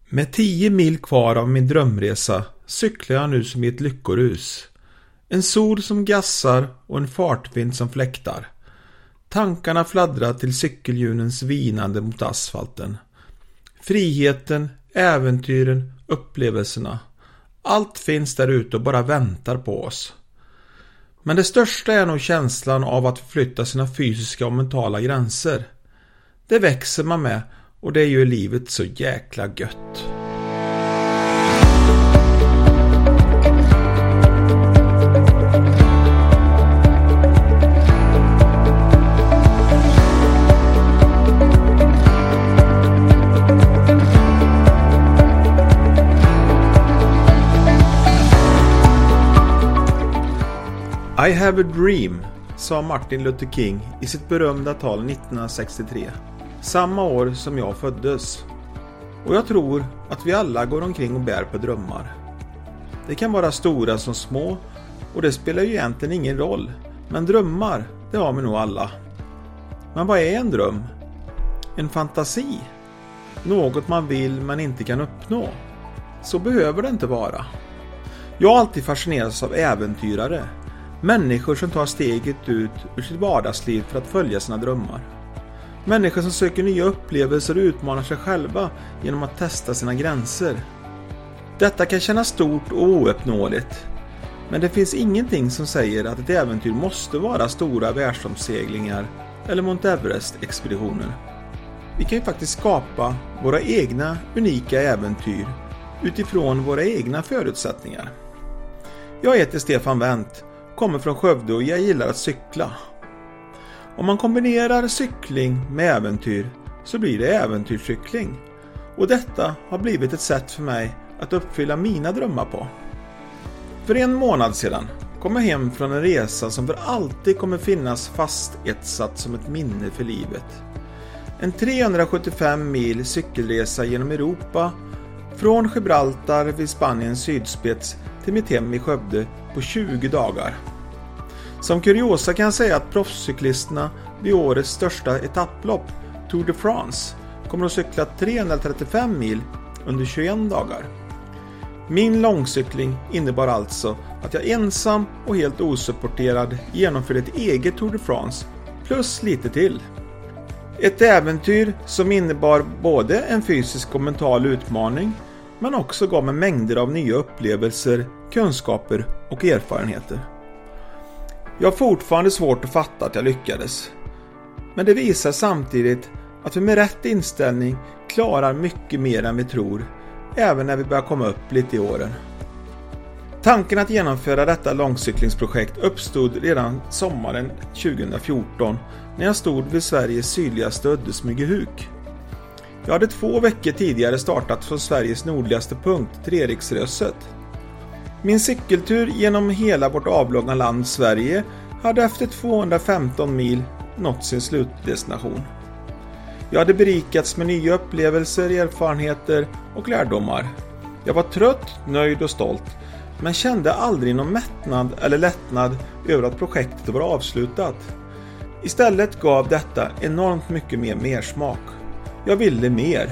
Med 10 mil kvar av min drömresa cyklar jag nu som i ett lyckorus. En sol som gassar och en fartvind som fläktar. Tankarna fladdrar till cykelhjulens vinande mot asfalten. Friheten, äventyren, upplevelserna. Allt finns där ute och bara väntar på oss. Men det största är nog känslan av att förflytta sina fysiska och mentala gränser. Det växer man med och det gör livet så jäkla gött. I have a dream, sa Martin Luther King i sitt berömda tal 1963. Samma år som jag föddes. Och jag tror att vi alla går omkring och bär på drömmar. Det kan vara stora som små och det spelar ju egentligen ingen roll. Men drömmar, det har vi nog alla. Men vad är en dröm? En fantasi? Något man vill men inte kan uppnå? Så behöver det inte vara. Jag har alltid fascinerats av äventyrare. Människor som tar steget ut ur sitt vardagsliv för att följa sina drömmar. Människor som söker nya upplevelser och utmanar sig själva genom att testa sina gränser. Detta kan kännas stort och ouppnåeligt. Men det finns ingenting som säger att ett äventyr måste vara stora världsomseglingar eller Mount Everest-expeditioner. Vi kan ju faktiskt skapa våra egna unika äventyr utifrån våra egna förutsättningar. Jag heter Stefan Wendt, kommer från Skövde och jag gillar att cykla. Om man kombinerar cykling med äventyr så blir det äventyrscykling. Och detta har blivit ett sätt för mig att uppfylla mina drömmar på. För en månad sedan kom jag hem från en resa som för alltid kommer finnas fastetsat som ett minne för livet. En 375 mil cykelresa genom Europa, från Gibraltar vid Spaniens sydspets till mitt hem i Skövde på 20 dagar. Som kuriosa kan jag säga att proffscyklisterna vid årets största etapplopp, Tour de France, kommer att cykla 335 mil under 21 dagar. Min långcykling innebar alltså att jag ensam och helt osupporterad genomförde ett eget Tour de France plus lite till. Ett äventyr som innebar både en fysisk och mental utmaning men också gav mig mängder av nya upplevelser, kunskaper och erfarenheter. Jag har fortfarande svårt att fatta att jag lyckades. Men det visar samtidigt att vi med rätt inställning klarar mycket mer än vi tror, även när vi börjar komma upp lite i åren. Tanken att genomföra detta långcyklingsprojekt uppstod redan sommaren 2014 när jag stod vid Sveriges sydligaste udde Smygehuk. Jag hade 2 veckor tidigare startat från Sveriges nordligaste punkt, Treriksröset. Min cykeltur genom hela vårt avlånga land Sverige hade efter 215 mil nått sin slutdestination. Jag hade berikats med nya upplevelser, erfarenheter och lärdomar. Jag var trött, nöjd och stolt, men kände aldrig någon mättnad eller lättnad över att projektet var avslutat. Istället gav detta enormt mycket mer mersmak. Jag ville mer.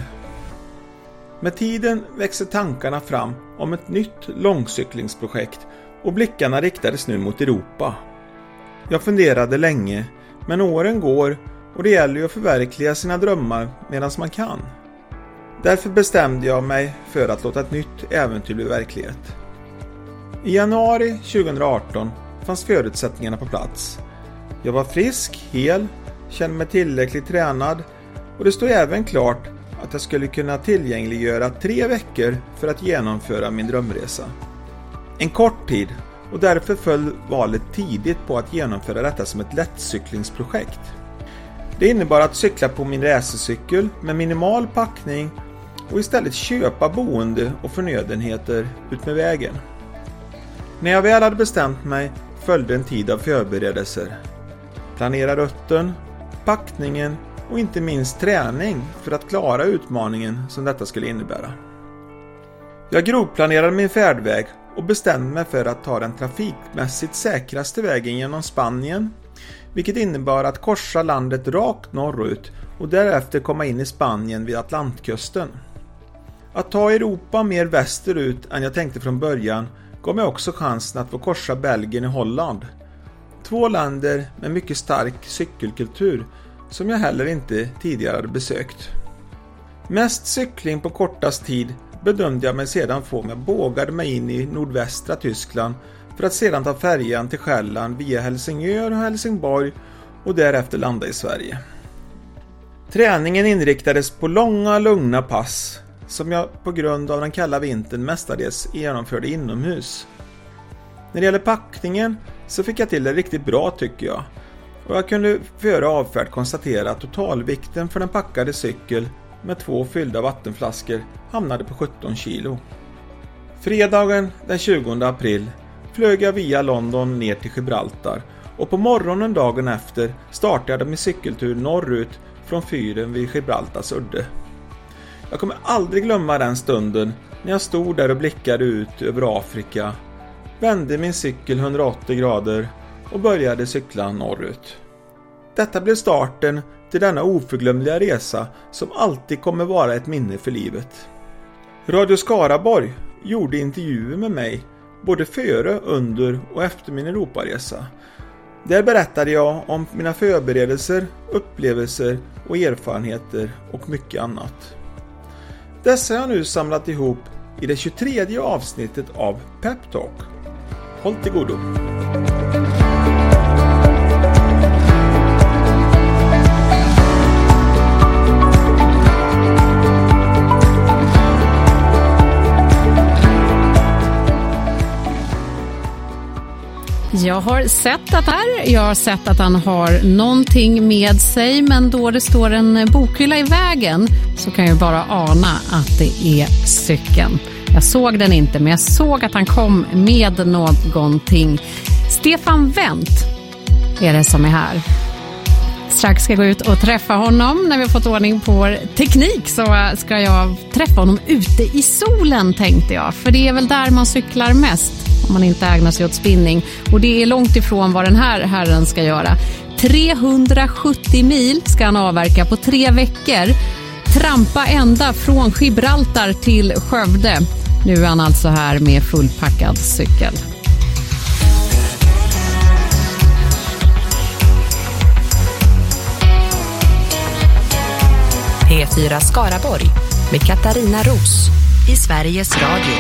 Med tiden växte tankarna fram om ett nytt långcyklingsprojekt och blickarna riktades nu mot Europa. Jag funderade länge, men åren går och det gäller ju att förverkliga sina drömmar medan man kan. Därför bestämde jag mig för att låta ett nytt äventyr bli verklighet. I januari 2018 fanns förutsättningarna på plats. Jag var frisk, hel, kände mig tillräckligt tränad och det stod även klart att jag skulle kunna tillgängliggöra 3 veckor för att genomföra min drömresa. En kort tid och därför föll valet tidigt på att genomföra detta som ett lättcyklingsprojekt. Det innebar att cykla på min racercykel med minimal packning och istället köpa boende och förnödenheter ut med vägen. När jag väl hade bestämt mig följde en tid av förberedelser. Planera rutten, packningen och inte minst träning för att klara utmaningen som detta skulle innebära. Jag grovplanerade min färdväg och bestämde mig för att ta den trafikmässigt säkraste vägen genom Spanien, vilket innebar att korsa landet rakt norrut och därefter komma in i Spanien vid Atlantkusten. Att ta Europa mer västerut än jag tänkte från början gav mig också chansen att få korsa Belgien och Holland. 2 länder med mycket stark cykelkultur som jag heller inte tidigare hade besökt. Mest cykling på kortast tid bedömde jag mig sedan få om jag bågade mig in i nordvästra Tyskland för att sedan ta färjan till Själland via Helsingör och Helsingborg och därefter landa i Sverige. Träningen inriktades på långa, lugna pass som jag på grund av den kalla vintern mestadels genomförde inomhus. När det gäller packningen så fick jag till det riktigt bra tycker jag. Och jag kunde före avfärd konstatera att totalvikten för den packade cykel med 2 fyllda vattenflaskor hamnade på 17 kilo. Fredagen den 20 april flög jag via London ner till Gibraltar och på morgonen dagen efter startade min cykeltur norrut från fyren vid Gibraltars udde. Jag kommer aldrig glömma den stunden när jag stod där och blickade ut över Afrika, vände min cykel 180 grader och började cykla norrut. Detta blev starten till denna oförglömliga resa som alltid kommer vara ett minne för livet. Radio Skaraborg gjorde intervjuer med mig både före, under och efter min Europaresa. Där berättade jag om mina förberedelser, upplevelser och erfarenheter och mycket annat. Dessa har jag nu samlat ihop i det 23:e avsnittet av Pep Talk. Håll till godo! Jag har sett att han har någonting med sig, men då det står en bokhylla i vägen så kan jag bara ana att det är cykeln. Jag såg den inte, men jag såg att han kom med någonting. Stefan Wendt är det som är här. Strax ska jag gå ut och träffa honom. När vi har fått ordning på vår teknik så ska jag träffa honom ute i solen, tänkte jag. För det är väl där man cyklar mest om man inte ägnar sig åt spinning. Och det är långt ifrån vad den här herren ska göra. 370 mil ska han avverka på 3 veckor. Trampa ända från Gibraltar till Skövde. Nu är han alltså här med fullpackad cykel. P4 Skaraborg med Katarina Ros i Sveriges Radio.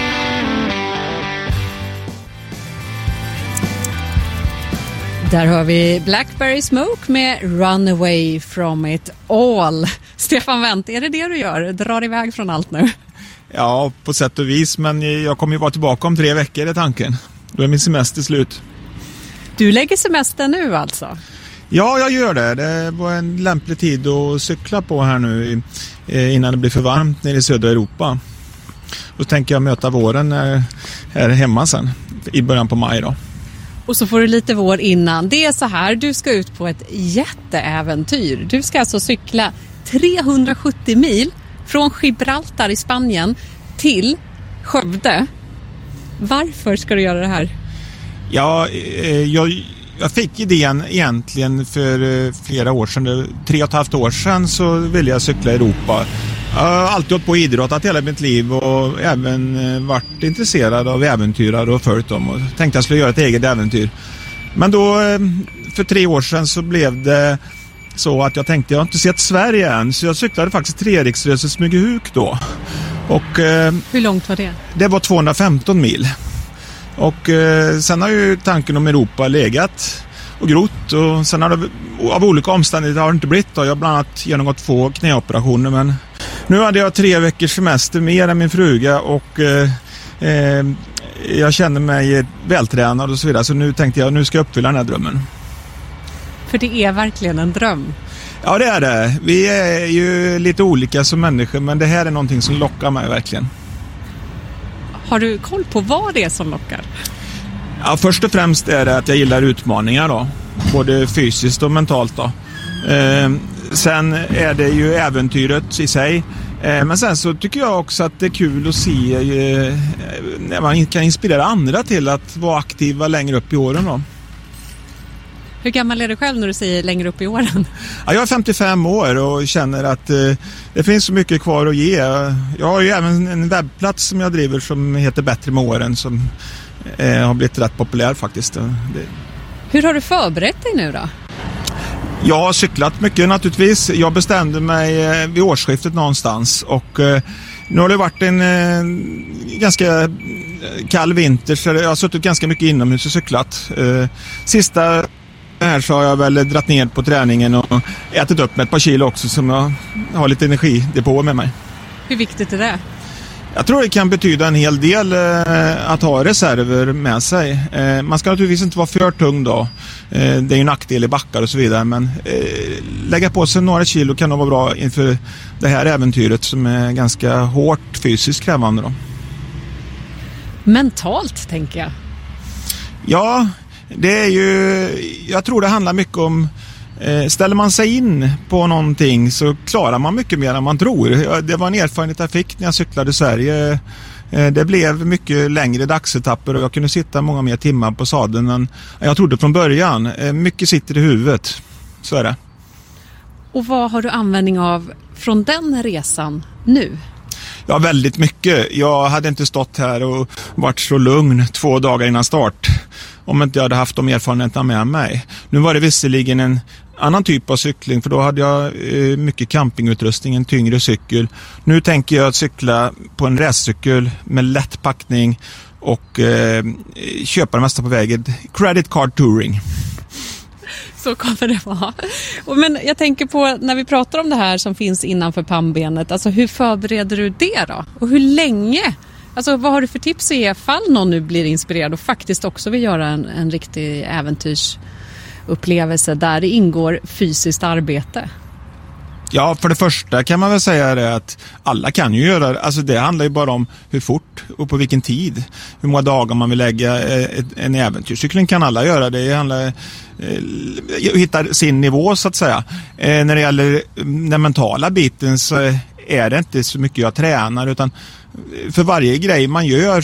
Där har vi Blackberry Smoke med Run Away From It All. Stefan Wendt, är det du gör? Drar iväg från allt nu? Ja, på sätt och vis, men jag kommer ju vara tillbaka om 3 veckor är tanken. Då är min semester slut. Du lägger semester nu alltså? Ja, jag gör det. Det var en lämplig tid att cykla på här nu innan det blir för varmt nere i södra Europa. Då tänker jag möta våren här hemma sen, i början på maj då. Och så får du lite vår innan. Det är så här, du ska ut på ett jätteäventyr. Du ska alltså cykla 370 mil från Gibraltar i Spanien till Skövde. Varför ska du göra det här? Ja, jag fick idén egentligen för flera år sedan. 3,5 år sedan så ville jag cykla i Europa. Jag har alltid hållit på idrottat hela mitt liv och även varit intresserad av äventyrare och följt dem. Och tänkte jag skulle göra ett eget äventyr. Men då för 3 år sedan så blev det så att jag tänkte jag har inte sett Sverige än. Så jag cyklade faktiskt Treriksröset Smygehuk då. Och, hur långt var det? Det var 215 mil. Och sen har ju tanken om Europa legat och grott. Och sen har det av olika omständigheter har det inte blivit. Jag har bland annat genomgått 2 knäoperationer. Men nu hade jag 3 veckors semester mer än min fruga. Och jag känner mig vältränad och så vidare. Så nu tänkte jag nu ska jag uppfylla den här drömmen. För det är verkligen en dröm. Ja, det är det. Vi är ju lite olika som människor. Men det här är någonting som lockar mig verkligen. Har du koll på vad det är som lockar? Ja, först och främst är det att jag gillar utmaningar då. Både fysiskt och mentalt då. Sen är det ju äventyret i sig. Men sen så tycker jag också att det är kul att se när man kan inspirera andra till att vara aktiva längre upp i åren då. Hur gammal är du själv när du säger längre upp i åren? Ja, jag är 55 år och känner att det finns så mycket kvar att ge. Jag har ju även en webbplats som jag driver som heter Bättre med åren som har blivit rätt populär faktiskt. Hur har du förberett dig nu då? Jag har cyklat mycket naturligtvis. Jag bestämde mig vid årsskiftet någonstans och nu har det varit en ganska kall vinter så jag har suttit ganska mycket inomhus och cyklat. Sista här så har jag väl dratt ner på träningen och ätit upp med ett par kilo också som jag har lite energidepå med mig. Hur viktigt är det? Jag tror det kan betyda en hel del att ha reserver med sig. Man ska naturligtvis inte vara för tung då. Det är ju en nackdel i backar och så vidare. Men lägga på sig några kilo kan nog vara bra inför det här äventyret som är ganska hårt fysiskt krävande då. Mentalt tänker jag. Ja, det är ju... Jag tror det handlar mycket om... Ställer man sig in på någonting så klarar man mycket mer än man tror. Det var en erfarenhet jag fick när jag cyklade i Sverige. Det blev mycket längre dagsetapper och jag kunde sitta många mer timmar på sadeln än jag trodde från början. Mycket sitter i huvudet, så är det. Och vad har du användning av från den resan nu? Ja, väldigt mycket. Jag hade inte stått här och varit så lugn 2 dagar innan start om inte jag hade haft de erfarenheterna med mig. Nu var det visserligen en annan typ av cykling för då hade jag mycket campingutrustning, en tyngre cykel. Nu tänker jag att cykla på en racercykel med lätt packning och köpa det mesta på vägen. Credit card touring. Så kommer det vara. Men jag tänker på när vi pratar om det här som finns innanför pannbenet. Alltså hur förbereder du det då? Och hur länge? Alltså vad har du för tips att ge fall någon nu blir inspirerad och faktiskt också vill göra en riktig äventyrsupplevelse där det ingår fysiskt arbete? Ja, för det första kan man väl säga det att alla kan ju göra det. Alltså det handlar ju bara om hur fort och på vilken tid. Hur många dagar man vill lägga en äventyrscykling kan alla göra. Det handlar att hitta sin nivå så att säga. När det gäller den mentala biten så är det inte så mycket jag tränar utan för varje grej man gör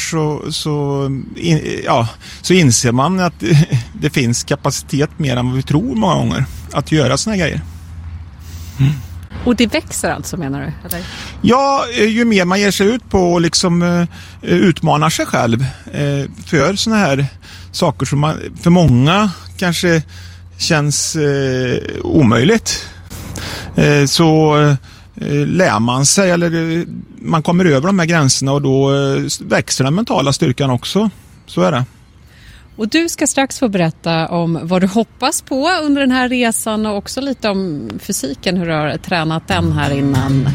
så inser man att det finns kapacitet mer än vad vi tror många gånger att göra såna grejer. Mm. Och det växer alltså menar du? Eller? Ja, ju mer man ger sig ut på och liksom utmanar sig själv för såna här saker som man, för många kanske känns omöjligt. Så lär man sig eller man kommer över de här gränserna och då växer den mentala styrkan också. Så är det. Och du ska strax få berätta om vad du hoppas på under den här resan och också lite om fysiken, hur du har tränat den här innan.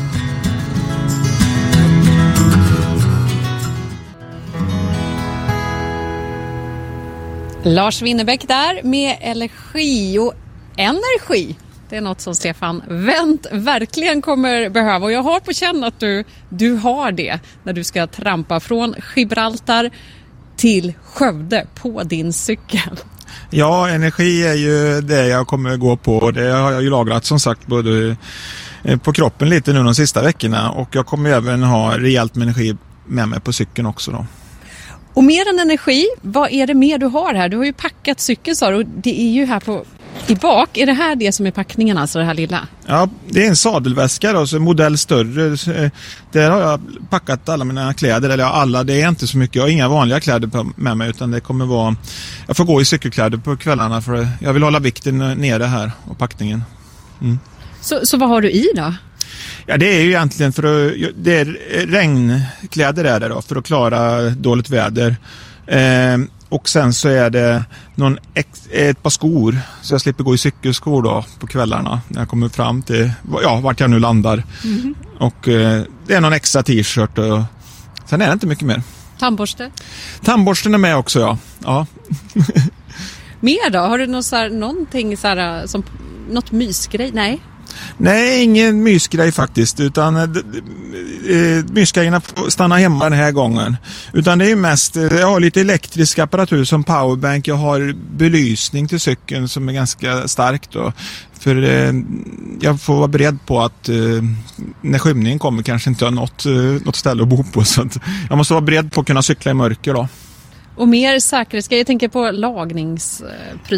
Lars Winnerbäck där med energi och energi. Det är något som Stefan Wendt verkligen kommer behöva och jag har på känn att du har det när du ska trampa från Gibraltar till Skövde på din cykel. Ja, energi är ju det jag kommer gå på. Det har jag ju lagrat som sagt både på kroppen lite nu de sista veckorna och jag kommer även ha rejält med energi med mig på cykeln också då. Och mer än energi, vad är det mer du har här? Du har ju packat cykeln så och det är ju här i bak. Är det här det som är packningen, alltså det här lilla? Ja, det är en sadelväska då, så modell större. Där har jag packat alla mina kläder, eller alla, det är inte så mycket. Jag har inga vanliga kläder med mig utan det kommer vara, jag får gå i cykelkläder på kvällarna för jag vill hålla vikten nere här och packningen. Mm. Så vad har du i då? Ja, det är ju egentligen det är regnkläder är det då för att klara dåligt väder. Och sen så är det ett par skor så jag slipper gå i cykelskor då på kvällarna när jag kommer fram till vart jag nu landar. Mm. Och det är någon extra t-shirt och sen är det inte mycket mer. Tandborste? Tandborsten är med också, ja. Mer då? Har du någonting som något mysgrej? Nej, ingen mysgrej faktiskt utan mysgrejerna får stanna hemma den här gången. Utan det är mest, jag har lite elektrisk apparatur som powerbank, jag har belysning till cykeln som är ganska stark då. För jag får vara beredd på att när skymningen kommer kanske inte ha något ställe att bo på så att jag måste vara beredd på att kunna cykla i mörker då. Och mer säkerhetsgrejer, jag tänker på lagningsprylar.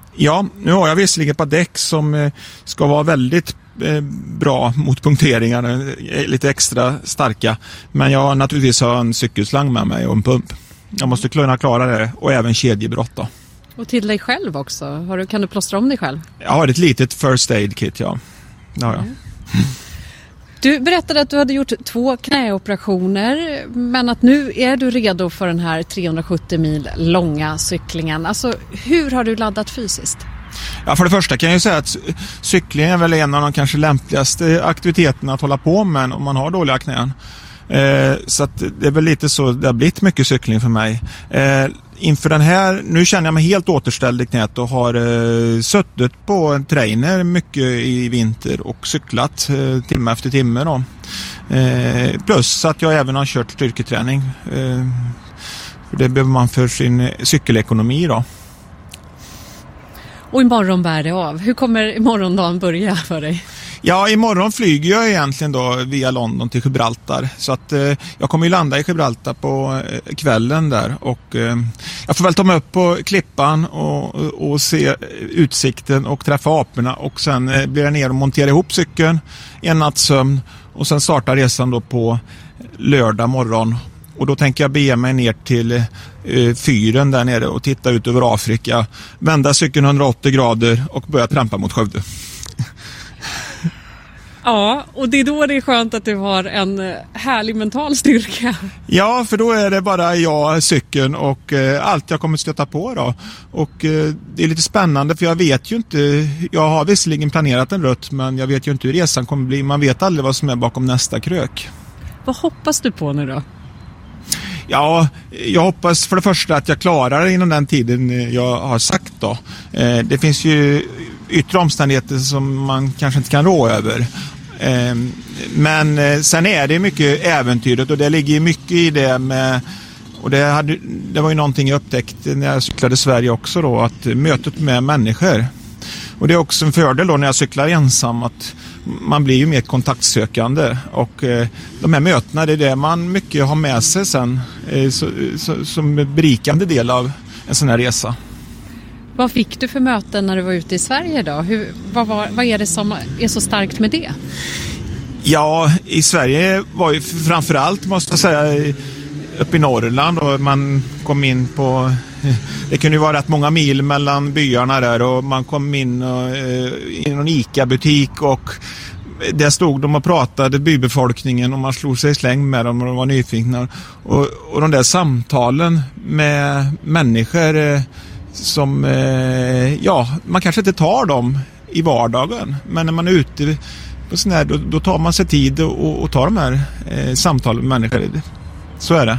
Ja, nu har jag visserligen ett par däck som ska vara väldigt bra mot punkteringar, lite extra starka. Men jag har naturligtvis en cykelslang med mig och en pump. Jag måste kunna klara det och även kedjebrott då. Och till dig själv också? Kan du plåstra om dig själv? Jag har ett litet first aid kit, ja. Det har jag. Du berättade att du hade gjort 2 knäoperationer, men att nu är du redo för den här 370 mil långa cyklingen. Alltså, hur har du laddat fysiskt? Ja, för det första kan jag ju säga att cykling är väl en av de kanske lämpligaste aktiviteterna att hålla på med om man har dåliga knän. Så att det är väl lite så, det har blivit mycket cykling för mig. Inför den här, nu känner jag mig helt återställd i knät och har suttit på en trainer mycket i vinter och cyklat timme efter timme då. Plus att jag även har kört styrketräning. Det behöver man för sin cykelekonomi då. Och imorgon bär det av. Hur kommer morgondagen börja för dig? Ja, imorgon flyger jag egentligen då via London till Gibraltar. Så att jag kommer ju landa i Gibraltar på kvällen där. Och jag får väl ta mig upp på klippan och se utsikten och träffa aporna. Och sen blir jag ner och montera ihop cykeln, en natts sömn. Och sen startar resan då på lördag morgon. Och då tänker jag bege mig ner till fyren där nere och titta ut över Afrika. Vända cykeln 180 grader och börja trampa mot Skövde. Ja, och det är då det är skönt att du har en härlig mental styrka. Ja, för då är det bara jag, cykeln och allt jag kommer att stöta på då. Och det är lite spännande för jag vet ju inte, jag har visserligen planerat en rutt men jag vet ju inte hur resan kommer bli. Man vet aldrig vad som är bakom nästa krök. Vad hoppas du på nu då? Ja, jag hoppas för det första att jag klarar det inom den tiden jag har sagt då. Det finns ju yttre omständigheter som man kanske inte kan rå över. Men sen är det mycket äventyret och det ligger mycket i det med, och det var ju någonting jag upptäckte när jag cyklade i Sverige också då, att mötet med människor. Och det är också en fördel då när jag cyklar ensam att man blir ju mer kontaktsökande och de här mötena, det är det man mycket har med sig sen som berikande del av en sån här resa. Vad fick du för möten när du var ute i Sverige då? Vad är det som är så starkt med det? Ja, i Sverige var ju framförallt, måste jag säga, uppe i Norrland och man kom in på, det kunde ju vara rätt många mil mellan byarna där och man kom in i någon ICA-butik och där stod de och pratade bybefolkningen och man slog sig i släng med dem och de var nyfikna och de där samtalen med människor som, man kanske inte tar dem i vardagen men när man är ute på sån här, då tar man sig tid och tar de här samtalen med människor. Så är det.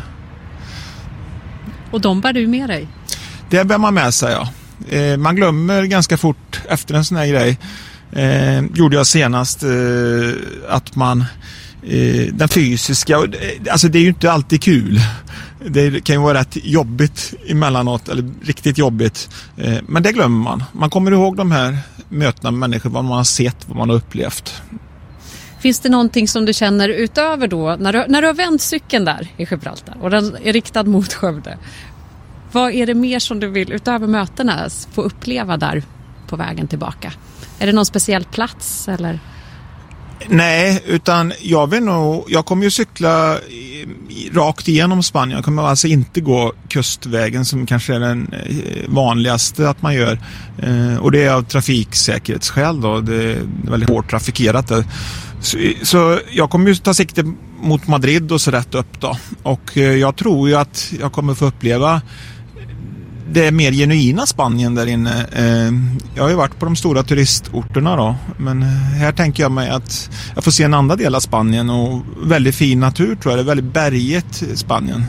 Och de bär du med dig? Det bär man med sig, ja. Man glömmer ganska fort efter en sån här grej. Gjorde jag senast att man den fysiska, alltså det är ju inte alltid kul. Det kan ju vara rätt jobbigt emellanåt, eller riktigt jobbigt. Men det glömmer man. Man kommer ihåg de här mötena med människor, vad man har sett, vad man har upplevt. Finns det någonting som du känner utöver då, när du har vänt cykeln där i Gibraltar och den är riktad mot Skövde? Vad är det mer som du vill utöver mötena få uppleva där på vägen tillbaka? Är det någon speciell plats eller? Nej, utan jag kommer ju cykla rakt igenom Spanien. Jag kommer alltså inte gå kustvägen som kanske är den vanligaste att man gör. Och det är av trafiksäkerhetsskäl då. Det är väldigt hårt trafikerat där. Så jag kommer ju ta sikte mot Madrid och så rätt upp då. Och jag tror ju att jag kommer få uppleva det mer genuina Spanien där inne. Jag har ju varit på de stora turistorterna då. Men här tänker jag mig att jag får se en annan del av Spanien och väldigt fin natur tror jag. Det är väldigt berget Spanien.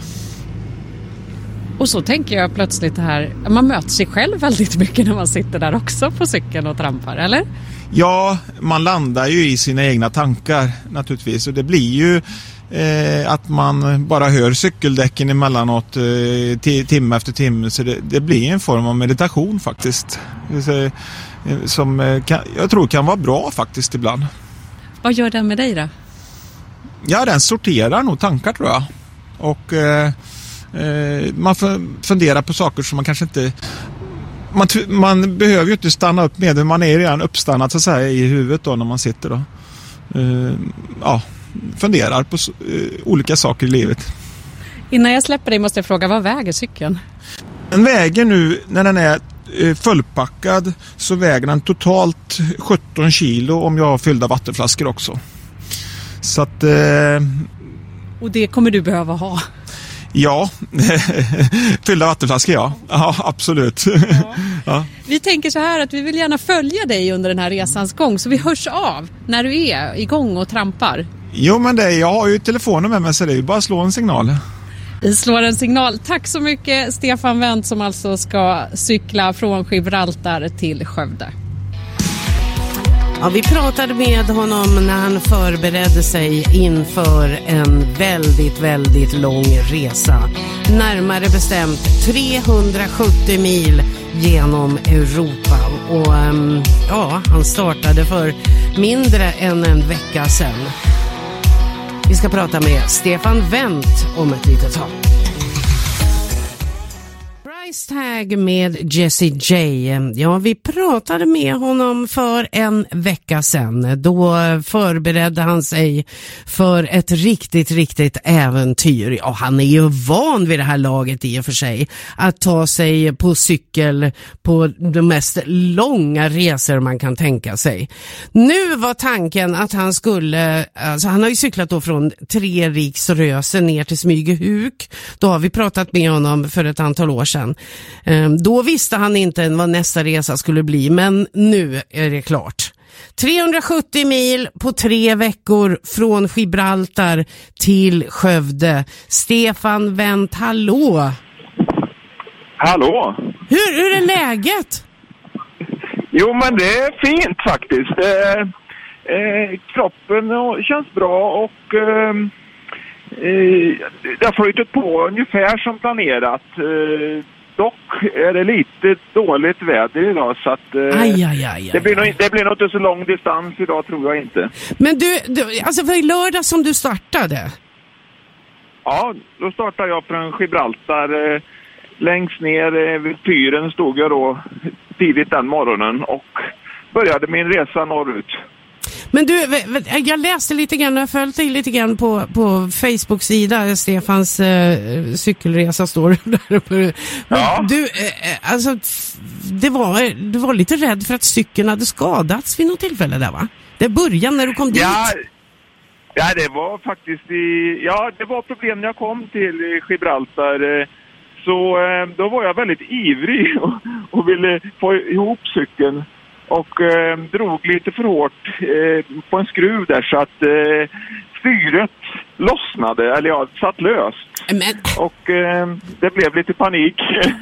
Och så tänker jag plötsligt här, man möter sig själv väldigt mycket när man sitter där också på cykeln och trampar, eller? Ja, man landar ju i sina egna tankar naturligtvis. Och det blir ju att man bara hör cykeldäcken emellanåt timme efter timme. Så det blir en form av meditation faktiskt. Som jag tror kan vara bra faktiskt ibland. Vad gör den med dig då? Ja, den sorterar nog tankar tror jag. Och man får fundera på saker som man kanske inte man behöver ju inte stanna upp med det. Man är redan uppstannad så att säga i huvudet då när man sitter då. Funderar på olika saker i livet. Innan jag släpper dig måste jag fråga, vad väger cykeln? Den väger nu, när den är fullpackad, så väger den totalt 17 kilo om jag har fyllda vattenflaskor också. Så att... Och det kommer du behöva ha? Ja, fyllda vattenflaskor, ja. Ja, absolut. Ja. Vi tänker så här att vi vill gärna följa dig under den här resans gång, så vi hörs av när du är igång och trampar. Jo, men jag har ju telefonen med mig, så det är ju bara att slå en signal. Vi slår en signal. Tack så mycket, Stefan Wendt, som alltså ska cykla från Gibraltar till Skövde. Ja, vi pratade med honom när han förberedde sig inför en väldigt, väldigt lång resa. Närmare bestämt 370 mil genom Europa. Och han startade för mindre än en vecka sedan. Vi ska prata med Stefan Wendt om ett litet tag. Price Tag med Jesse J. Ja, vi pratade med honom för en vecka sedan. Då förberedde han sig för ett riktigt, riktigt äventyr. Ja, han är ju van vid det här laget i och för sig. Att ta sig på cykel på de mest långa resor man kan tänka sig. Nu var tanken att han skulle... Alltså han har ju cyklat då från Treriksröse ner till Smygehuk. Då har vi pratat med honom för ett antal år sedan. Då visste han inte vad nästa resa skulle bli, men nu är det klart. 370 mil på 3 veckor från Gibraltar till Skövde. Stefan Wendt, hallå! Hallå! Hur är läget? Jo, men det är fint faktiskt. Kroppen känns bra och det har flyttat på ungefär som planerat. Dock är det lite dåligt väder idag, så att det blir nog inte så lång distans idag, tror jag inte. Men du alltså var det lördag som du startade? Ja, då startade jag från Gibraltar. Längst ner vid fyren stod jag då tidigt den morgonen och började min resa norrut. Men du, jag läste lite grann och jag följde lite grann på Facebook-sida. Stefans cykelresa står där uppe. Men du, alltså du var lite rädd för att cykeln hade skadats vid något tillfälle där, va? Det började när du kom dit. Ja, det var faktiskt det var problem när jag kom till Gibraltar. Så då var jag väldigt ivrig och ville få ihop cykeln. Och drog lite för hårt på en skruv där, så att styret lossnade, eller satt löst. Men... Och det blev lite panik.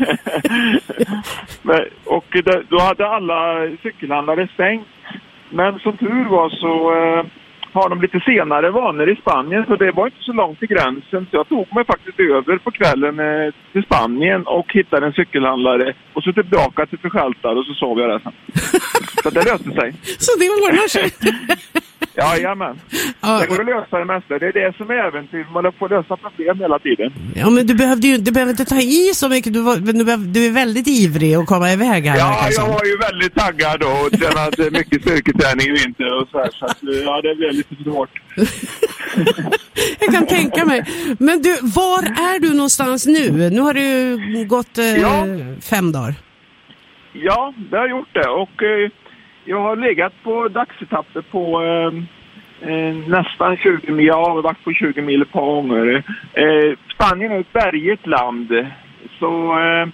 Och då hade alla cykelhandlare stängt. Men som tur var så har de lite senare vanor i Spanien, så det var inte så långt till gränsen. Så jag tog mig faktiskt över på kvällen till Spanien och hittade en cykelhandlare. Och så tillbaka till Gibraltar och så sov jag där sen. Så det löste sig. Så det ordnar sig. Jajamän. Det går att lösa det mesta. Det är det som är äventyr. Man får lösa problem hela tiden. Ja, men du behöver inte ta i så mycket. Du är väldigt ivrig att komma iväg här. Ja, jag var ju väldigt taggad och tränat mycket styrketräning i vinter och så här. Så att, det blev lite för hårt. Jag kan tänka mig. Men du, var är du någonstans nu? Nu har du gått 5 dagar. Ja, det har jag gjort det. Och jag har legat på dagsetapper på nästan 20 mil. Jag har varit på 20 mil ett par gånger. Spanien är ett bergigt land. Så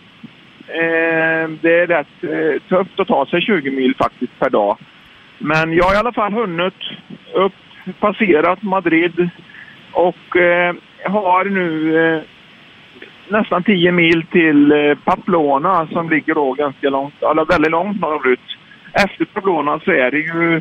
det är rätt tufft att ta sig 20 mil faktiskt per dag. Men jag har i alla fall hunnit passerat Madrid och har nu nästan 10 mil till Pamplona som ligger då ganska långt, eller väldigt långt norrut. Efter Pamplona så är det ju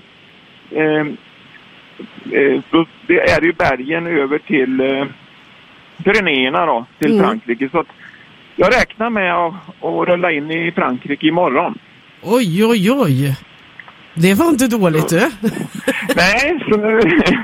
det är ju bergen över till Pyrenéerna då, till Frankrike. Så att jag räknar med att rulla in i Frankrike imorgon. Oj. Det var inte dåligt, du. Nej, så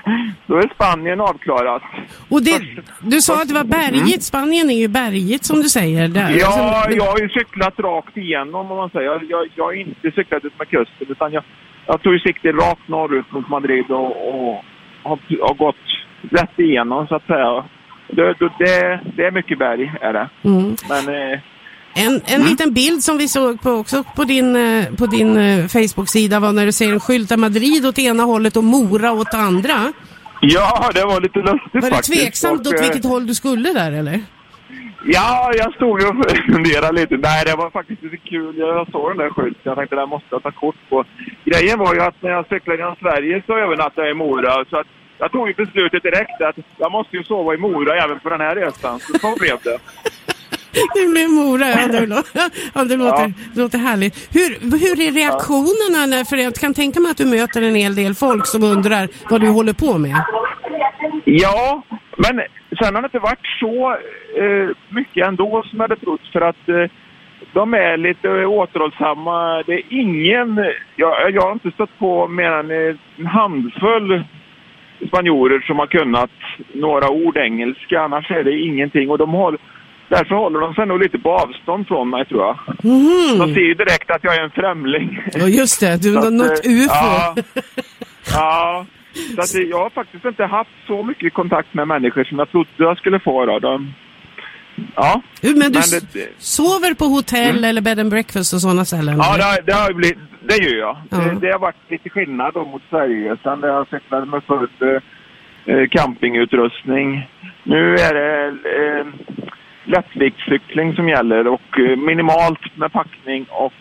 Då är Spanien avklarat. Och du sa att det var berget. Spanien är ju berget som du säger. Där. Ja, jag har ju cyklat rakt igenom om man säger. Jag har inte cyklat ut med kusten utan jag tog ju sikte rakt norrut mot Madrid och har gått rätt igenom så att säga. Det är mycket berg är det. Mm. Men... En liten bild som vi såg också på din Facebook-sida var när du ser en skylt av Madrid åt ena hållet och Mora åt andra. Ja, det var lite lustigt faktiskt. Var det tveksamt åt vilket håll du skulle där, eller? Ja, jag stod och funderade lite. Nej, det var faktiskt lite kul. Jag såg den där skylten. Jag tänkte, där måste jag ta kort på. Grejen var ju att när jag cyklade genom Sverige så övernattade jag i Mora. Så att jag tog ju beslutet direkt att jag måste ju sova i Mora även på den här resan. Så blev det. Det blev Mora, det låter härligt. Hur är reaktionerna? För jag kan tänka mig att du möter en hel del folk som undrar vad du håller på med. Ja, men sen har det inte varit så mycket ändå som jag hade trott. För att de är lite återhållsamma. Det är ingen... Jag har inte stött på mer än en handfull spanjorer som har kunnat några ord engelska. Annars är det ingenting. Och därför håller de sig nog lite på avstånd från mig, tror jag. Mm. De ser ju direkt att jag är en främling. Ja, just det. Du har något UFO. Ja. Så att jag har faktiskt inte haft så mycket kontakt med människor som jag trodde jag skulle få. Ja. Men du sover på hotell eller bed and breakfast och sådana ställen? Ja, det gör jag. Ja. Det har varit lite skillnad då mot Sverige. Sen jag cyklade med full campingutrustning. Nu är det... lättviktscykling som gäller och minimalt med packning och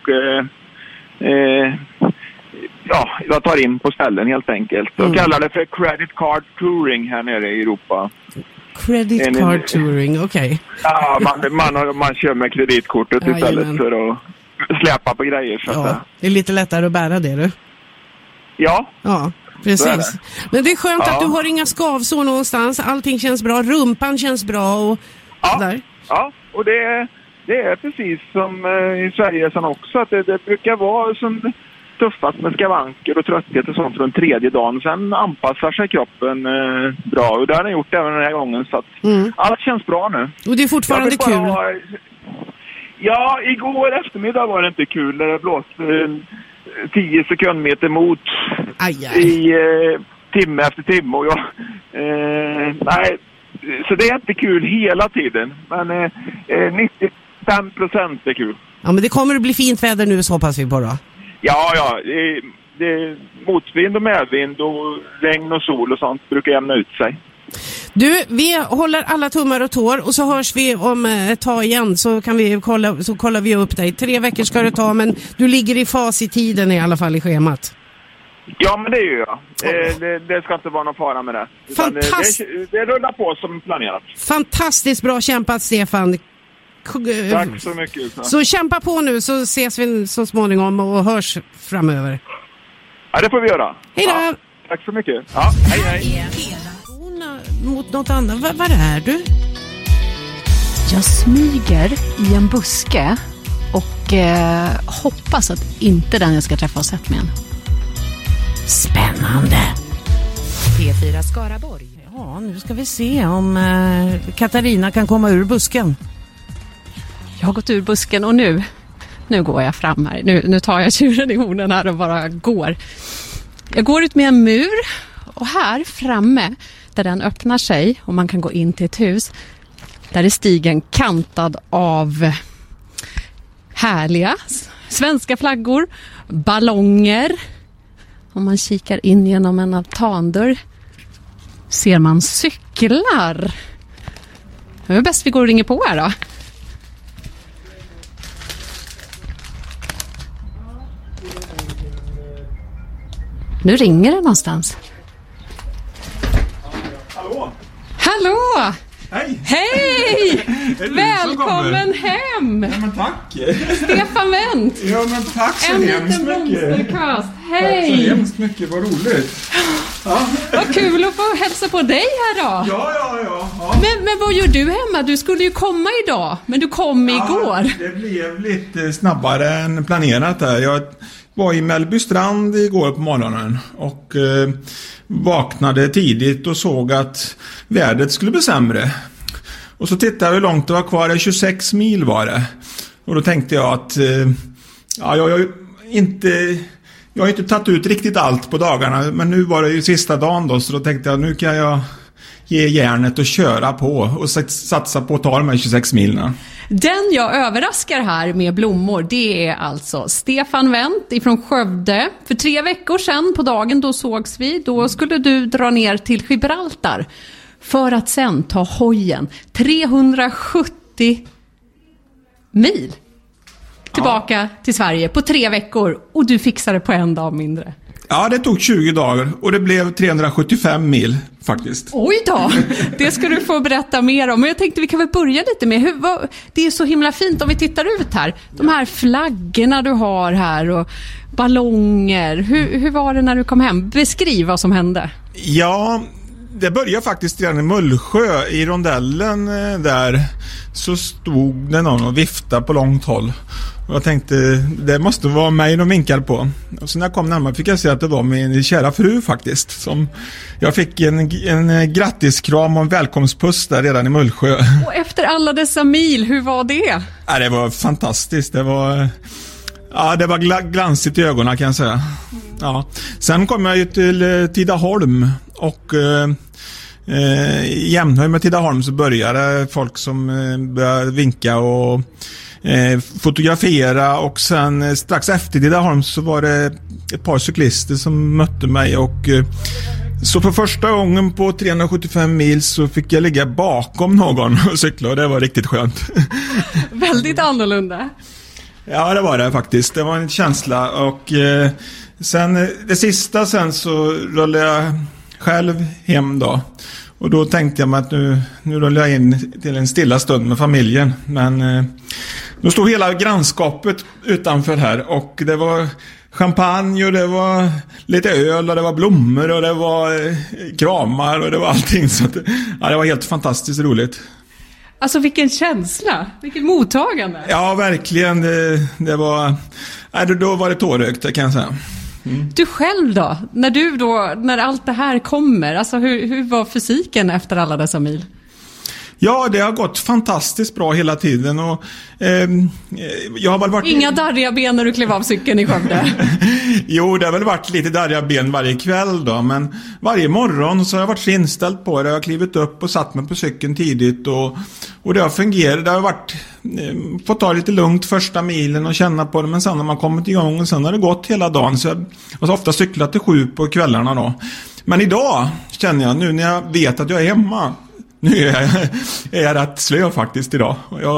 jag tar in på ställen helt enkelt. De kallar det för credit card touring här nere i Europa. Credit card touring, okej. Ja, man kör med kreditkortet istället för att släpa på grejer. Så det är lite lättare att bära det, du. Ja. Ja. Precis. Men det är skönt att du har inga skavsår någonstans. Allting känns bra, rumpan känns bra och där. Ja, och det är precis som i Sverige sen också, att det brukar vara som tuffast med skavanker och trötthet och sånt från tredje dagen. Sen anpassar sig kroppen bra och det har den gjort även den här gången, så att allt känns bra nu. Och det är fortfarande kul? Ja, igår eftermiddag var det inte kul när det blåste 10 sekundmeter mot i timme efter timme och nej. Så det är inte kul hela tiden. Men 95% är kul. Ja, men det kommer att bli fint väder nu, så hoppas vi på då. Ja. Det är motvind och medvind och regn och sol och sånt brukar jämna ut sig. Du, vi håller alla tummar och tår och så hörs vi om ett tag igen, så kan vi kollar vi upp dig. 3 veckor ska det ta, men du ligger i fas i tiden i alla fall i schemat. Ja, men det gör jag. Det ska inte vara någon fara med det. Det rullar på som planerat. Fantastiskt bra kämpat, Stefan. Tack så mycket. Så kämpa på nu, så ses vi så småningom och hörs framöver. Ja, det får vi göra. Hej då! Ja, tack så mycket. Ja, hej. Mot något annat. Vad är du? Jag smyger i en buske och hoppas att inte den jag ska träffa har sett mig än. Spännande. P4 Skaraborg. Ja, nu ska vi se om Katarina kan komma ur busken. Jag har gått ur busken och nu går jag fram här. Nu tar jag tjuren i hornen här och bara går. Jag går ut med en mur och här framme där den öppnar sig och man kan gå in till ett hus, där är stigen kantad av härliga svenska flaggor, ballonger. Om man kikar in genom en altandörr ser man cyklar. Det är bäst vi går och ringer på här då. Nu ringer det någonstans. Hallå! Hej! Hej! Välkommen hem! Ja, men tack! Stefan Wendt! Ja, men tack så en hemskt liten mycket! blomsterkast! Hej! Tack så hemskt mycket, vad roligt! Ja. Vad kul att få hälsa på dig här då! Ja. Men vad gör du hemma? Du skulle ju komma idag, men du kom igår. Det blev lite snabbare än planerat här. Jag var i Mellbystrand igår på morgonen och vaknade tidigt och såg att vädret skulle bli sämre. Och så tittade jag hur långt det var kvar, 26 mil var det. Och då tänkte jag att jag har inte tagit ut riktigt allt på dagarna, men nu var det ju sista dagen då, så då tänkte jag nu kan jag ge järnet och köra på och satsa på att ta de här 26 milen. Den jag överraskar här med blommor, det är alltså Stefan Wendt ifrån Skövde. För 3 veckor sedan på dagen då sågs vi, då skulle du dra ner till Gibraltar för att sen ta hojen 370 mil tillbaka till Sverige på 3 veckor, och du fixade på en dag mindre. Ja, det tog 20 dagar och det blev 375 mil faktiskt. Oj då, det ska du få berätta mer om. Men jag tänkte vi kan väl börja lite med, det är så himla fint om vi tittar ut här. De här flaggorna du har här och ballonger. Hur var det när du kom hem? Beskriv vad som hände. Ja, det började faktiskt redan i Mullsjö, i rondellen där så stod det någon och viftade på långt håll. Och jag tänkte, det måste vara mig de vinkade på. Och så när jag kom närmare fick jag se att det var min kära fru faktiskt. Som jag fick en grattiskram och en välkomstpuss där redan i Mullsjö. Och efter alla dessa mil, hur var det? Ja, det var fantastiskt. Det var glansigt i ögonen kan jag säga. Ja. Sen kom jag ju till Tidaholm och i Jämnhöjd med Tidaholm så började folk som började vinka och fotografera, och sen strax efter Tidaholm så var det ett par cyklister som mötte mig, och så för första gången på 375 mil så fick jag ligga bakom någon och cykla, och det var riktigt skönt. Väldigt annorlunda. Ja, det var det faktiskt. Det var en känsla, och sen det sista sen så rullade jag själv hem då. Och då tänkte jag mig att nu rullar jag in till en stilla stund med familjen. Men då stod hela grannskapet utanför här, och det var champagne och det var lite öl och det var blommor och det var kramar och det var allting. Så att, ja, det var helt fantastiskt roligt. Alltså vilken känsla, vilket mottagande. Ja, verkligen. Det var, då var det tårögt, kan jag säga. Mm. Du själv då? När allt det här kommer, alltså hur var fysiken efter alla dessa mil? Ja, det har gått fantastiskt bra hela tiden, och jag har väl varit... Inga darriga ben när du klev av cykeln i Skövde? Jo, det har väl varit lite darriga ben varje kväll då, men varje morgon så har jag varit så inställd på det. Jag har klivit upp och satt mig på cykeln tidigt, och det har fungerat. Det har varit fått ta lite lugnt första milen och känna på det, men sen har man kommit igång och sen har det gått hela dagen, så jag har så ofta cyklat till 7 på kvällarna då. Men idag känner jag, nu när jag vet att jag är hemma, nu är jag rätt slö faktiskt idag.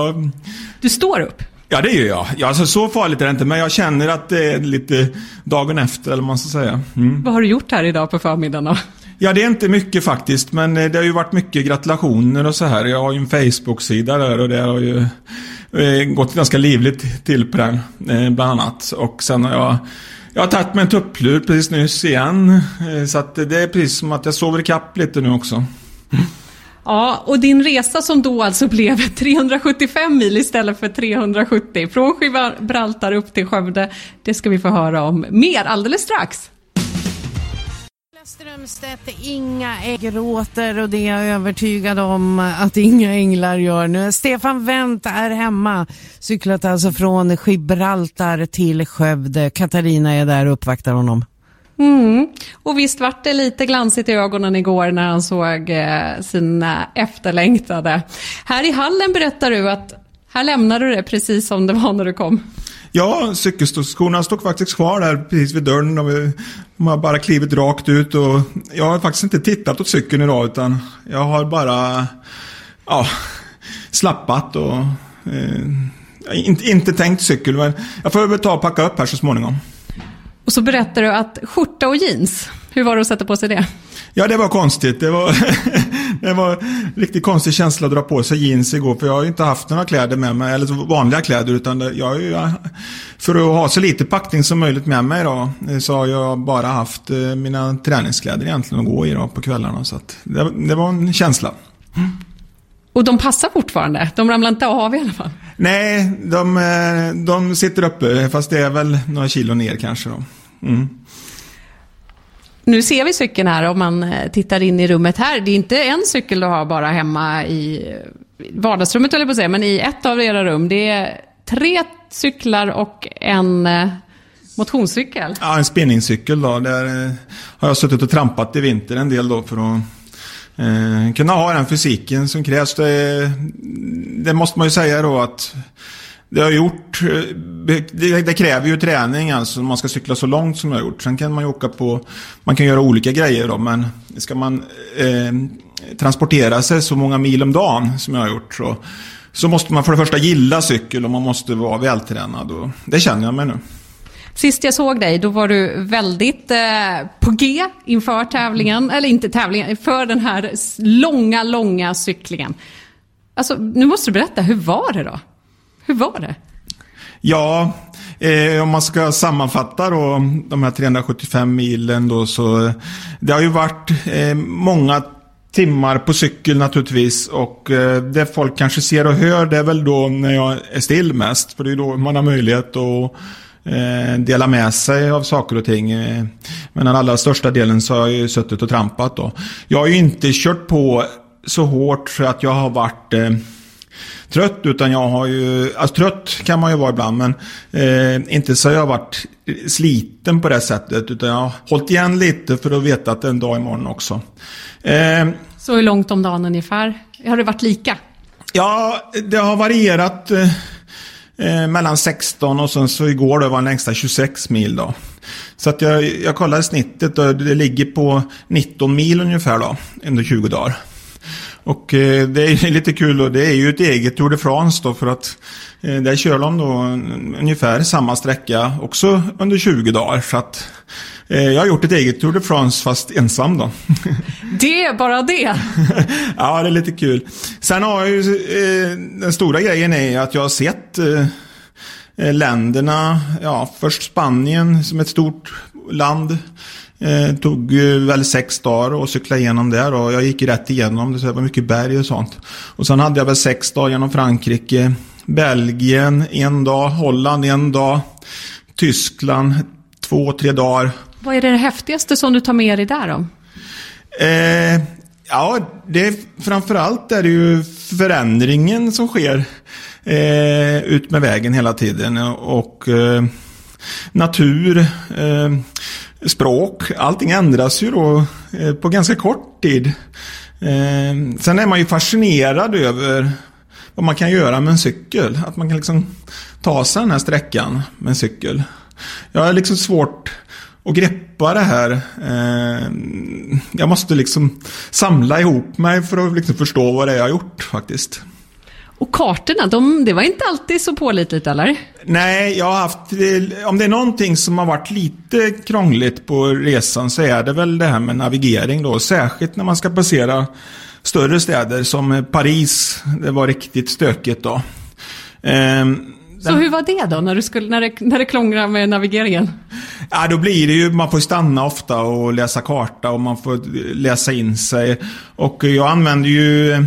Du står upp? Ja, det gör jag. Ja, alltså, så farligt är det inte, men jag känner att det är lite dagen efter, eller man ska säga. Mm. Vad har du gjort här idag på förmiddagen då? Ja, det är inte mycket faktiskt, men det har ju varit mycket gratulationer och så här. Jag har ju en Facebook-sida där, och det har ju gått ganska livligt till på den, bland annat. Och sen har jag har tagit mig en tupplur precis nyss igen, så att det är precis som att jag sover i kapp lite nu också. Ja, och din resa som då alltså blev 375 mil istället för 370 från Gibraltar upp till Skövde, det ska vi få höra om mer alldeles strax. Strömstedt, inga gråter, och det är jag övertygad om att inga änglar gör nu. Stefan Wendt är hemma, cyklat alltså från Gibraltar till Skövde. Katarina är där och uppvaktar honom. Och visst vart det lite glansigt i ögonen igår när han såg sina efterlängtade. Här i hallen berättar du att här lämnade du det precis som det var när du kom. Ja, cykelskorna stod faktiskt kvar där precis vid dörren. De har bara klivit rakt ut, och jag har faktiskt inte tittat åt cykeln idag, utan jag har bara slappat och inte tänkt cykel. Men jag får väl ta och packa upp här så småningom. Och så berättar du att skjorta och jeans, hur var det att sätta på sig det? Ja, det var konstigt. Det var riktigt konstig känsla att dra på sig jeans igår, för jag har ju inte haft några kläder med mig, eller vanliga kläder, utan för att ha så lite packning som möjligt med mig då, så har jag bara haft mina träningskläder egentligen att gå i då på kvällarna, så att det var en känsla. Och de passar fortfarande? De ramlar inte av i alla fall? Nej, de sitter uppe, fast det är väl några kilo ner kanske då. Nu ser vi cykeln här om man tittar in i rummet här. Det är inte en cykel du har bara hemma i vardagsrummet, eller på att säga, men i ett av era rum. Det är 3 cyklar och en motionscykel. Ja, en spinningcykel då. Där har jag suttit och trampat i vinter en del då för att kunna ha den fysiken som krävs. Det måste man ju säga då att det har gjort, det kräver ju träning alltså om man ska cykla så långt som jag har gjort. Sen kan man ju åka på, man kan göra olika grejer då, men ska man transportera sig så många mil om dagen som jag har gjort så måste man för det första gilla cykel och man måste vara vältränad, och det känner jag mig nu. Sist jag såg dig, då var du väldigt på G inför tävlingen, eller inte tävlingen, för den här långa cyklingen. Alltså, nu måste du berätta, hur var det då? Hur var det? Ja, om man ska sammanfatta då de här 375 milen då, så det har ju varit många timmar på cykel naturligtvis, och det folk kanske ser och hör, det är väl då när jag är still mest, för det är då man har möjlighet att dela med sig av saker och ting. Men den allra största delen så har jag ju suttit och trampat då. Jag har ju inte kört på så hårt så att jag har varit trött, utan jag har ju, alltså trött kan man ju vara ibland, men inte så jag har varit sliten på det sättet, utan jag har hållit igen lite för att veta att det är en dag imorgon också. Så hur långt om dagen ungefär? Har det varit lika? Ja, det har varierat mellan 16 och sen så igår då var en längsta 26 mil då. Så att jag kollade snittet och det ligger på 19 mil ungefär då, under 20 dagar. Och det är lite kul, och det är ju ett eget Tour de France då, för att där kör de då ungefär samma sträcka också under 20 dagar, så att jag har gjort ett eget Tour de France fast ensam då. Det är bara det. Ja, det är lite kul. Sen har jag ju den stora grejen är att jag har sett länderna, ja, först Spanien som ett stort land. Tog väl 6 dagar och cykla igenom där, och jag gick rätt igenom det, så det var mycket berg och sånt. Och sen hade jag väl 6 dagar genom Frankrike, Belgien 1 dag, Holland 1 dag, Tyskland 2-3 dagar. Vad är det häftigaste som du tar med dig där då? Ja, det framförallt är det ju förändringen som sker ut med vägen hela tiden, och natur, språk, allting ändras ju då på ganska kort tid. Sen är man ju fascinerad över vad man kan göra med en cykel, att man kan liksom ta sig den här sträckan med en cykel. Jag har liksom svårt att greppa det här. Jag måste liksom samla ihop mig för att liksom förstå vad det är jag har gjort faktiskt. Och kartorna, det var inte alltid så pålitligt, eller? Nej, jag har haft, om det är någonting som har varit lite krångligt på resan, så är det väl det här med navigering då. Särskilt när man ska passera större städer som Paris. Det var riktigt stökigt då. Så hur var det då när det klångrar med navigeringen? Ja, då blir det ju, man får stanna ofta och läsa karta, och man får läsa in sig. Och jag använder ju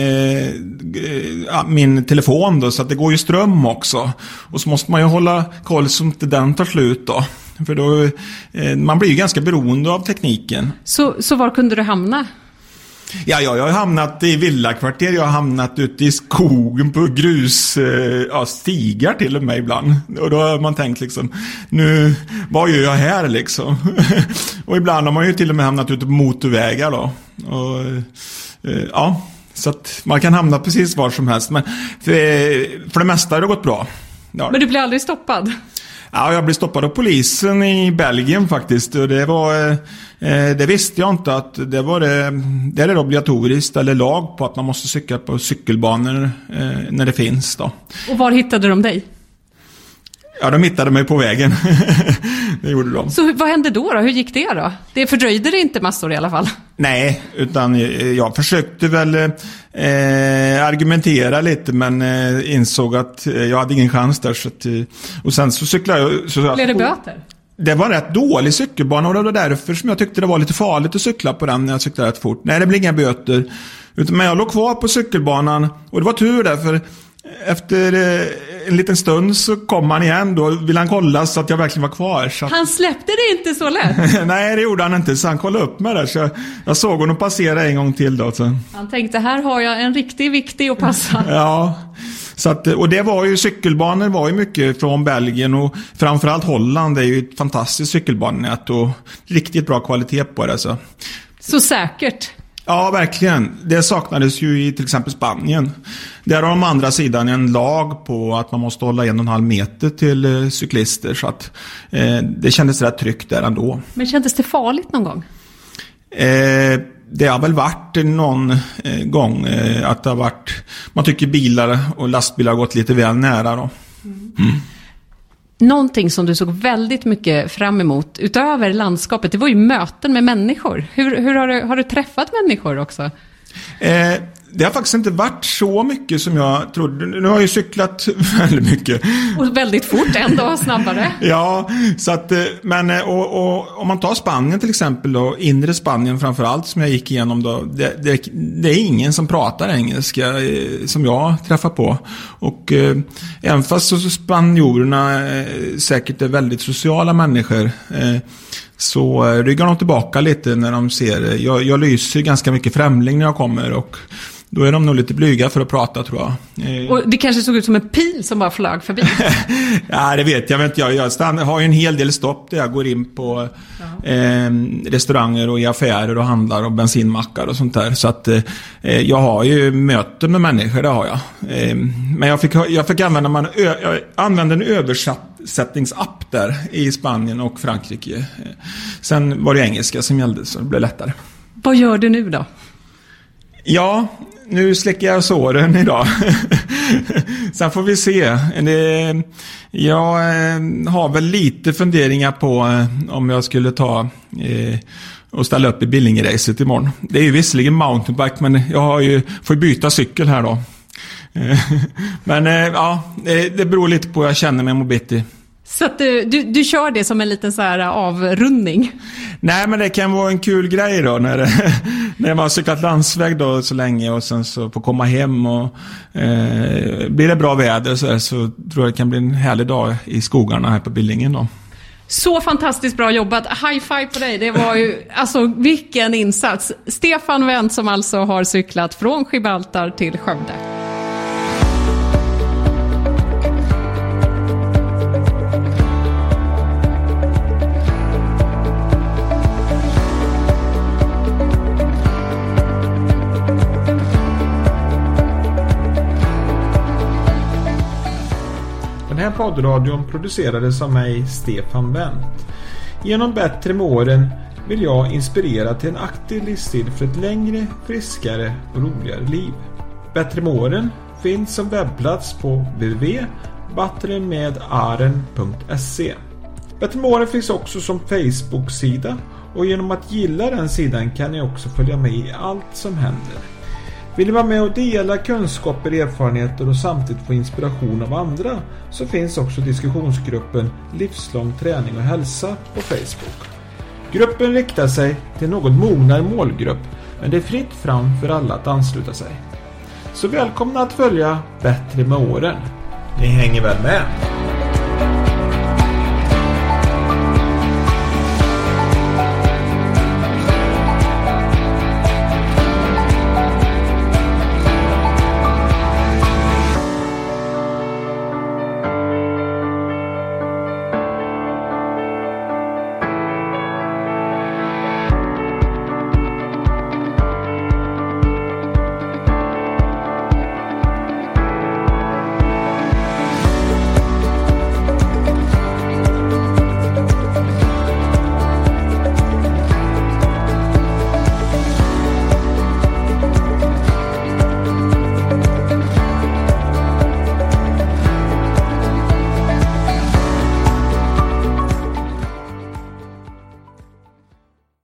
min telefon då, så att det går ju ström också. Och så måste man ju hålla koll så inte den tar slut då. För då, man blir ju ganska beroende av tekniken. Så var kunde du hamna? Ja, jag har hamnat i villakvarter, jag har hamnat ute i skogen på stigar till och med ibland. Och då har man tänkt liksom, nu, vad gör jag här liksom? Och ibland har man ju till och med hamnat ute på motorvägar då. Och, ja, så att man kan hamna precis var som helst. Men för det mesta har det gått bra. Ja. Men du blir aldrig stoppad? Ja, jag blev stoppad av polisen i Belgien faktiskt, och det visste jag inte att det är det obligatoriskt eller lag på att man måste cykla på cykelbanor när det finns då. Och var hittade de dig? Ja, de hittade mig på vägen. Det gjorde de. Så vad hände då? Hur gick det då? Det fördröjde det inte massor i alla fall? Nej, utan jag försökte väl argumentera lite, men insåg att jag hade ingen chans där. Och sen så cyklade jag... Blev det böter? Det var en rätt dålig cykelbana, och det var därför som jag tyckte det var lite farligt att cykla på den när jag cyklade rätt fort. Nej, det blev inga böter. Men jag låg kvar på cykelbanan och det var tur där, för efter en liten stund så kom han igen. Då ville han kolla så att jag verkligen var kvar. Så Han släppte det inte så lätt. Nej, det gjorde han inte. Så han kollade upp mig där. Så jag såg honom passera en gång till då. Så. Han tänkte, här har jag en riktigt viktig att passa. Ja, så att, och det var ju, cykelbanor var ju mycket från Belgien och framförallt Holland. Det är ju ett fantastiskt cykelbanenät och riktigt bra kvalitet på det. Så säkert. Ja, verkligen. Det saknades ju i till exempel Spanien. Där har de andra sidan en lag på att man måste hålla 1,5 meter till cyklister. Så att det kändes rätt tryggt där ändå. Men kändes det farligt någon gång? Det har väl varit någon gång att det har varit... Man tycker bilar och lastbilar har gått lite väl nära då. Någonting som du såg väldigt mycket fram emot utöver landskapet, det var ju möten med människor. Hur har du träffat människor också? Det har faktiskt inte varit så mycket som jag trodde. Nu har jag ju cyklat väldigt mycket. Och väldigt fort, ändå snabbare. Ja, så att, men och om man tar Spanien till exempel då, inre Spanien framförallt som jag gick igenom då, det är ingen som pratar engelska som jag träffar på. Och även fast så spanjorerna säkert är väldigt sociala människor, så ryggar de tillbaka lite när de ser, jag lyser ganska mycket främling när jag kommer, och då är de nog lite blyga för att prata, tror jag. Och det kanske såg ut som en pil som bara flög förbi. Ja, det vet jag inte. Jag har ju en hel del stopp där jag går in på restauranger och i affärer och handlar och bensinmackar och sånt där. Så att jag har ju möten med människor, det har jag. Men jag fick använda jag använde en översättningsapp där i Spanien och Frankrike. Sen var det engelska som gällde, så det blev lättare. Vad gör du nu då? Ja, nu släcker jag såren idag. Sen får vi se. Jag har väl lite funderingar på om jag skulle ta och ställa upp i Billingeracet imorgon. Det är ju visserligen mountainbike, men jag får byta cykel här då. Men ja, det beror lite på hur jag känner mig mobitti. Så att du kör det som en liten så här avrundning? Nej, men det kan vara en kul grej då när man har cyklat landsväg då så länge och sen så får komma hem och blir det bra väder så tror jag det kan bli en härlig dag i skogarna här på Billingen då. Så fantastiskt bra jobbat. High five på dig. Det var ju, alltså vilken insats. Stefan Wendt som alltså har cyklat från Gibraltar till Skövde. Den här poddradion producerades av mig, Stefan Wendt. Genom Bättre med åren vill jag inspirera till en aktiv livsstil för ett längre, friskare och roligare liv. Bättre med åren finns som webbplats på www.batteremedaren.se. Bättre med åren finns också som Facebook-sida, och genom att gilla den sidan kan ni också följa med i allt som händer. Vill ni vara med och dela kunskaper, erfarenheter och samtidigt få inspiration av andra, så finns också diskussionsgruppen Livslång träning och hälsa på Facebook. Gruppen riktar sig till något mognare målgrupp, men det är fritt fram för alla att ansluta sig. Så välkomna att följa Bättre med åren. Ni hänger väl med?